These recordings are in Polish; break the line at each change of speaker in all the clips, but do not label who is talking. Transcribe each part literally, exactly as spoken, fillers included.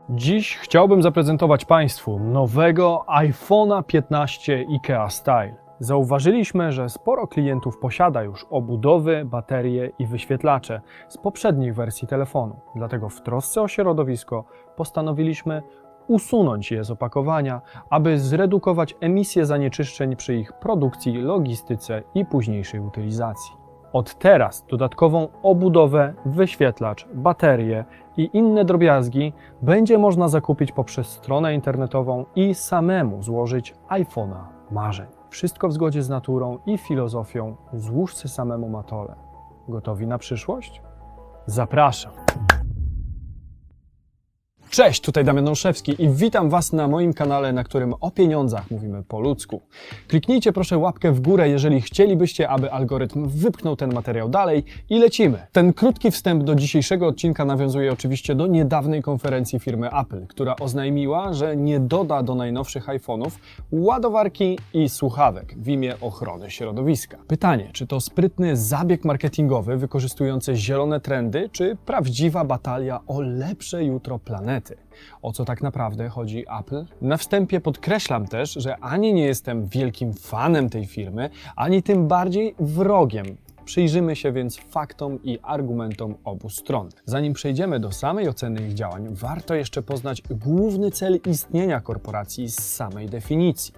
Dziś chciałbym zaprezentować Państwu nowego iPhone'a piętnaście IKEA Style. Zauważyliśmy, że sporo klientów posiada już obudowy, baterie i wyświetlacze z poprzednich wersji telefonu. Dlatego w trosce o środowisko postanowiliśmy usunąć je z opakowania, aby zredukować emisję zanieczyszczeń przy ich produkcji, logistyce i późniejszej utylizacji. Od teraz dodatkową obudowę, wyświetlacz, baterie i inne drobiazgi będzie można zakupić poprzez stronę internetową i samemu złożyć iPhone'a marzeń. Wszystko w zgodzie z naturą i filozofią złóż se samemu matole. Gotowi na przyszłość? Zapraszam! Cześć, tutaj Damian Olszewski i witam Was na moim kanale, na którym o pieniądzach mówimy po ludzku. Kliknijcie proszę łapkę w górę, jeżeli chcielibyście, aby algorytm wypchnął ten materiał dalej i lecimy. Ten krótki wstęp do dzisiejszego odcinka nawiązuje oczywiście do niedawnej konferencji firmy Apple, która oznajmiła, że nie doda do najnowszych iPhone'ów ładowarki i słuchawek w imię ochrony środowiska. Pytanie, czy to sprytny zabieg marketingowy wykorzystujący zielone trendy, czy prawdziwa batalia o lepsze jutro planety? O co tak naprawdę chodzi Apple? Na wstępie podkreślam też, że ani nie jestem wielkim fanem tej firmy, ani tym bardziej wrogiem. Przyjrzymy się więc faktom i argumentom obu stron. Zanim przejdziemy do samej oceny ich działań, warto jeszcze poznać główny cel istnienia korporacji z samej definicji.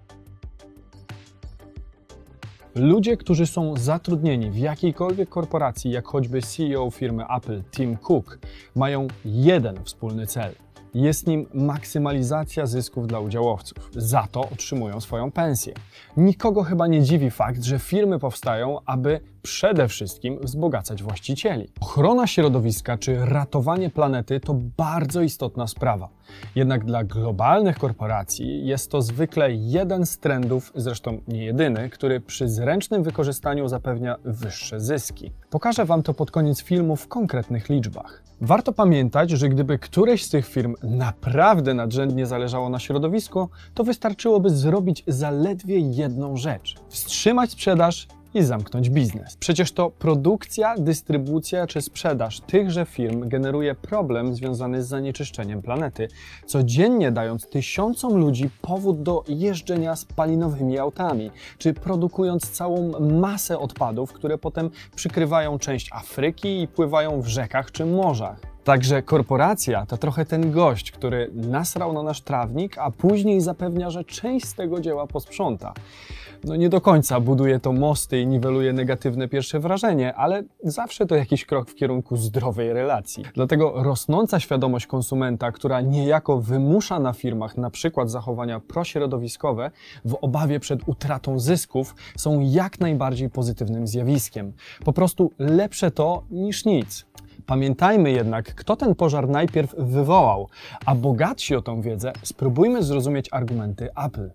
Ludzie, którzy są zatrudnieni w jakiejkolwiek korporacji, jak choćby C E O firmy Apple, Tim Cook, mają jeden wspólny cel. Jest nim maksymalizacja zysków dla udziałowców. Za to otrzymują swoją pensję. Nikogo chyba nie dziwi fakt, że firmy powstają, aby przede wszystkim wzbogacać właścicieli. Ochrona środowiska czy ratowanie planety to bardzo istotna sprawa. Jednak dla globalnych korporacji jest to zwykle jeden z trendów, zresztą nie jedyny, który przy zręcznym wykorzystaniu zapewnia wyższe zyski. Pokażę Wam to pod koniec filmu w konkretnych liczbach. Warto pamiętać, że gdyby któreś z tych firm naprawdę nadrzędnie zależało na środowisku, to wystarczyłoby zrobić zaledwie jedną rzecz: wstrzymać sprzedaż i zamknąć biznes. Przecież to produkcja, dystrybucja czy sprzedaż tychże firm generuje problem związany z zanieczyszczeniem planety, codziennie dając tysiącom ludzi powód do jeżdżenia spalinowymi autami, czy produkując całą masę odpadów, które potem przykrywają część Afryki i pływają w rzekach czy morzach. Także korporacja to trochę ten gość, który nasrał na nasz trawnik, a później zapewnia, że część z tego dzieła posprząta. No nie do końca buduje to mosty i niweluje negatywne pierwsze wrażenie, ale zawsze to jakiś krok w kierunku zdrowej relacji. Dlatego rosnąca świadomość konsumenta, która niejako wymusza na firmach na przykład zachowania prośrodowiskowe w obawie przed utratą zysków, są jak najbardziej pozytywnym zjawiskiem. Po prostu lepsze to niż nic. Pamiętajmy jednak, kto ten pożar najpierw wywołał, a bogatsi o tą wiedzę spróbujmy zrozumieć argumenty Apple.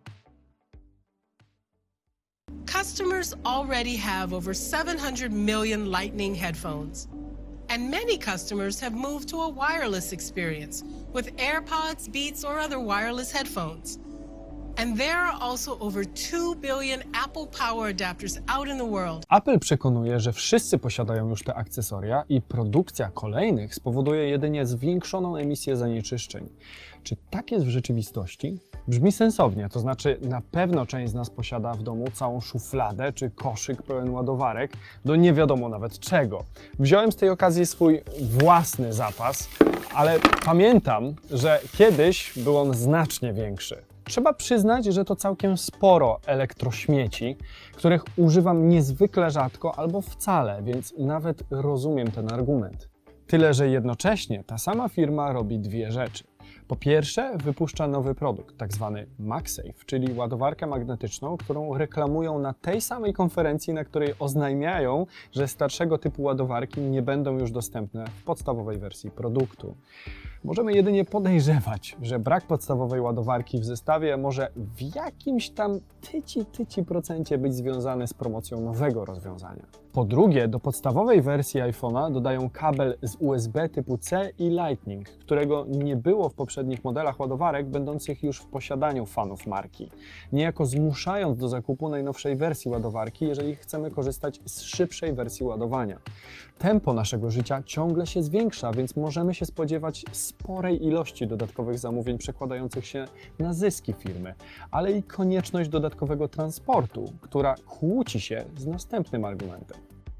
Customers already have over seven hundred million Lightning headphones. And many customers have moved to a wireless experience with AirPods, Beats, or other wireless headphones. And there are also over two billion Apple Power adapters out in the world.
Apple przekonuje, że wszyscy posiadają już te akcesoria i produkcja kolejnych spowoduje jedynie zwiększoną emisję zanieczyszczeń. Czy tak jest w rzeczywistości? Brzmi sensownie, to znaczy na pewno część z nas posiada w domu całą szufladę czy koszyk pełen ładowarek do nie wiadomo nawet czego. Wziąłem z tej okazji swój własny zapas, ale pamiętam, że kiedyś był on znacznie większy. Trzeba przyznać, że to całkiem sporo elektrośmieci, których używam niezwykle rzadko albo wcale, więc nawet rozumiem ten argument. Tyle, że jednocześnie ta sama firma robi dwie rzeczy. Po pierwsze, wypuszcza nowy produkt, tak zwany MagSafe, czyli ładowarkę magnetyczną, którą reklamują na tej samej konferencji, na której oznajmiają, że starszego typu ładowarki nie będą już dostępne w podstawowej wersji produktu. Możemy jedynie podejrzewać, że brak podstawowej ładowarki w zestawie może w jakimś tam tyci, tyci procencie być związany z promocją nowego rozwiązania. Po drugie, do podstawowej wersji iPhone'a dodają kabel z U S B typu C i Lightning, którego nie było w poprzednich modelach ładowarek będących już w posiadaniu fanów marki, niejako zmuszając do zakupu najnowszej wersji ładowarki, jeżeli chcemy korzystać z szybszej wersji ładowania. Tempo naszego życia ciągle się zwiększa, więc możemy się spodziewać sporej ilości dodatkowych zamówień przekładających się na zyski firmy, ale i konieczność dodatkowego transportu, która kłóci się z następnym argumentem.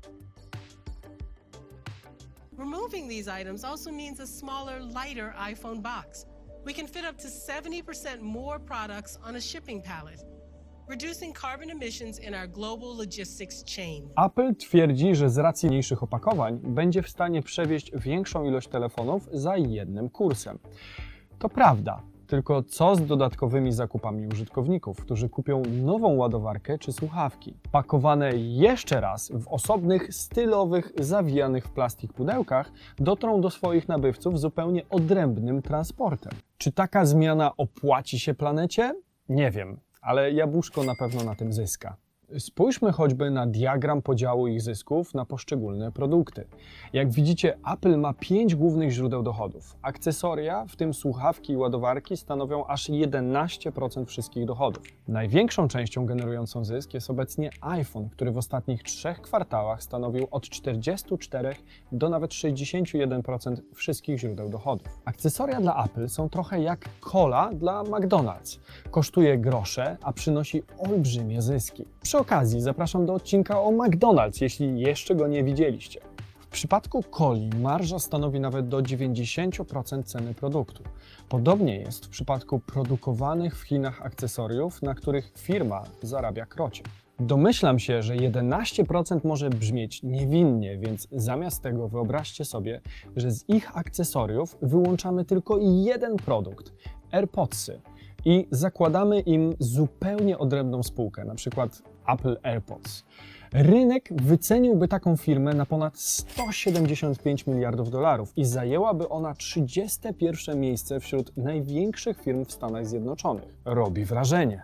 Removing these items also means a smaller, lighter iPhone box. We can fit up to seventy percent more products on a shipping pallet, reducing carbon emissions in our global logistics chain.
Apple twierdzi, że z racji mniejszych opakowań będzie w stanie przewieźć większą ilość telefonów za jednym kursem. To prawda, tylko co z dodatkowymi zakupami użytkowników, którzy kupią nową ładowarkę czy słuchawki, pakowane jeszcze raz w osobnych, stylowych, zawijanych w plastik pudełkach, dotrą do swoich nabywców zupełnie odrębnym transportem. Czy taka zmiana opłaci się planecie? Nie wiem, ale jabłuszko na pewno na tym zyska. Spójrzmy choćby na diagram podziału ich zysków na poszczególne produkty. Jak widzicie, Apple ma pięć głównych źródeł dochodów. Akcesoria, w tym słuchawki i ładowarki, stanowią aż jedenaście procent wszystkich dochodów. Największą częścią generującą zysk jest obecnie iPhone, który w ostatnich trzech kwartałach stanowił od czterdziestu czterech do nawet sześćdziesięciu jeden procent wszystkich źródeł dochodów. Akcesoria dla Apple są trochę jak cola dla McDonald's. Kosztuje grosze, a przynosi olbrzymie zyski. Przy okazji zapraszam do odcinka o McDonald's, jeśli jeszcze go nie widzieliście. W przypadku coli marża stanowi nawet do dziewięćdziesięciu procent ceny produktu. Podobnie jest w przypadku produkowanych w Chinach akcesoriów, na których firma zarabia krocie. Domyślam się, że jedenaście procent może brzmieć niewinnie, więc zamiast tego wyobraźcie sobie, że z ich akcesoriów wyłączamy tylko jeden produkt – AirPodsy. I zakładamy im zupełnie odrębną spółkę, na przykład Apple AirPods. Rynek wyceniłby taką firmę na ponad sto siedemdziesiąt pięć miliardów dolarów i zajęłaby ona trzydzieste pierwsze miejsce wśród największych firm w Stanach Zjednoczonych. Robi wrażenie.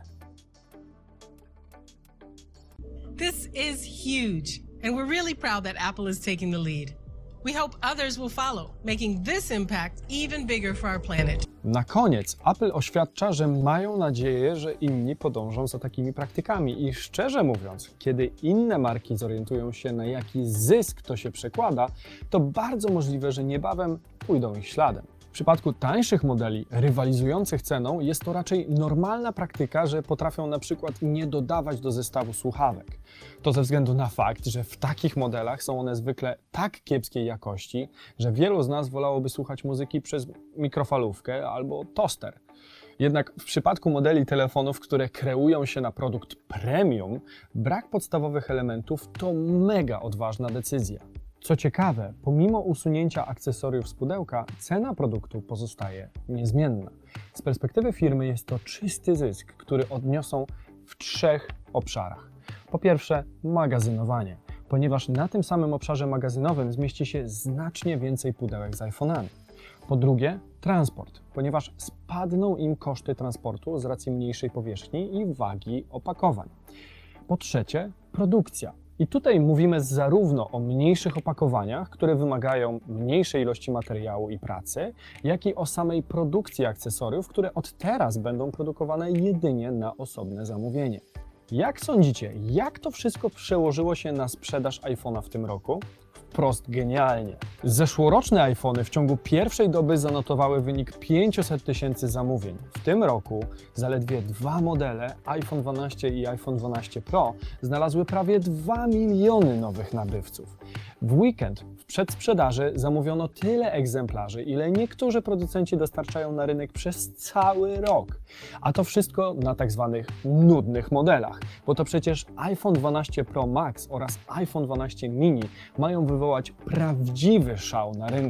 This is huge, and we're really proud that Apple is taking the lead. We hope others will follow, making this impact even bigger for our planet.
Na koniec Apple oświadcza, że mają nadzieję, że inni podążą za takimi praktykami i szczerze mówiąc, kiedy inne marki zorientują się, na jaki zysk to się przekłada, to bardzo możliwe, że niebawem pójdą ich śladem. W przypadku tańszych modeli rywalizujących ceną jest to raczej normalna praktyka, że potrafią na przykład nie dodawać do zestawu słuchawek. To ze względu na fakt, że w takich modelach są one zwykle tak kiepskiej jakości, że wielu z nas wolałoby słuchać muzyki przez mikrofalówkę albo toster. Jednak w przypadku modeli telefonów, które kreują się na produkt premium, brak podstawowych elementów to mega odważna decyzja. Co ciekawe, pomimo usunięcia akcesoriów z pudełka, cena produktu pozostaje niezmienna. Z perspektywy firmy jest to czysty zysk, który odniosą w trzech obszarach. Po pierwsze, magazynowanie, ponieważ na tym samym obszarze magazynowym zmieści się znacznie więcej pudełek z iPhone'ami. Po drugie, transport, ponieważ spadną im koszty transportu z racji mniejszej powierzchni i wagi opakowań. Po trzecie, produkcja. I tutaj mówimy zarówno o mniejszych opakowaniach, które wymagają mniejszej ilości materiału i pracy, jak i o samej produkcji akcesoriów, które od teraz będą produkowane jedynie na osobne zamówienie. Jak sądzicie, jak to wszystko przełożyło się na sprzedaż iPhone'a w tym roku? Wprost genialnie. Zeszłoroczne iPhony w ciągu pierwszej doby zanotowały wynik pięćset tysięcy zamówień. W tym roku zaledwie dwa modele, iPhone dwanaście i iPhone dwanaście Pro, znalazły prawie dwa miliony nowych nabywców. W weekend w przedsprzedaży zamówiono tyle egzemplarzy, ile niektórzy producenci dostarczają na rynek przez cały rok. A to wszystko na tak zwanych nudnych modelach, bo to przecież iPhone dwanaście Pro Max oraz iPhone dwanaście mini mają wywołać prawdziwy szał na rynku.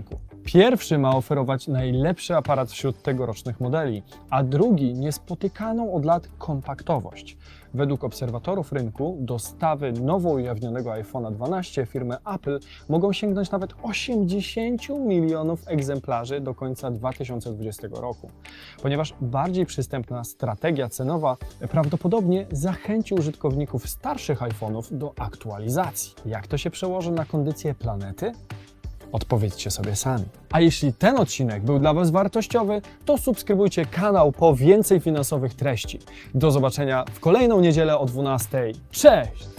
Pierwszy ma oferować najlepszy aparat wśród tegorocznych modeli, a drugi niespotykaną od lat kompaktowość. Według obserwatorów rynku dostawy nowo ujawnionego iPhone'a dwanaście firmy Apple mogą sięgnąć nawet osiemdziesiąt milionów egzemplarzy do końca dwa tysiące dwudziestego roku, ponieważ bardziej przystępna strategia cenowa prawdopodobnie zachęci użytkowników starszych iPhone'ów do aktualizacji. Jak to się przełoży na kondycję planety? Odpowiedzcie sobie sami. A jeśli ten odcinek był dla Was wartościowy, to subskrybujcie kanał po więcej finansowych treści. Do zobaczenia w kolejną niedzielę o dwunastej. Cześć!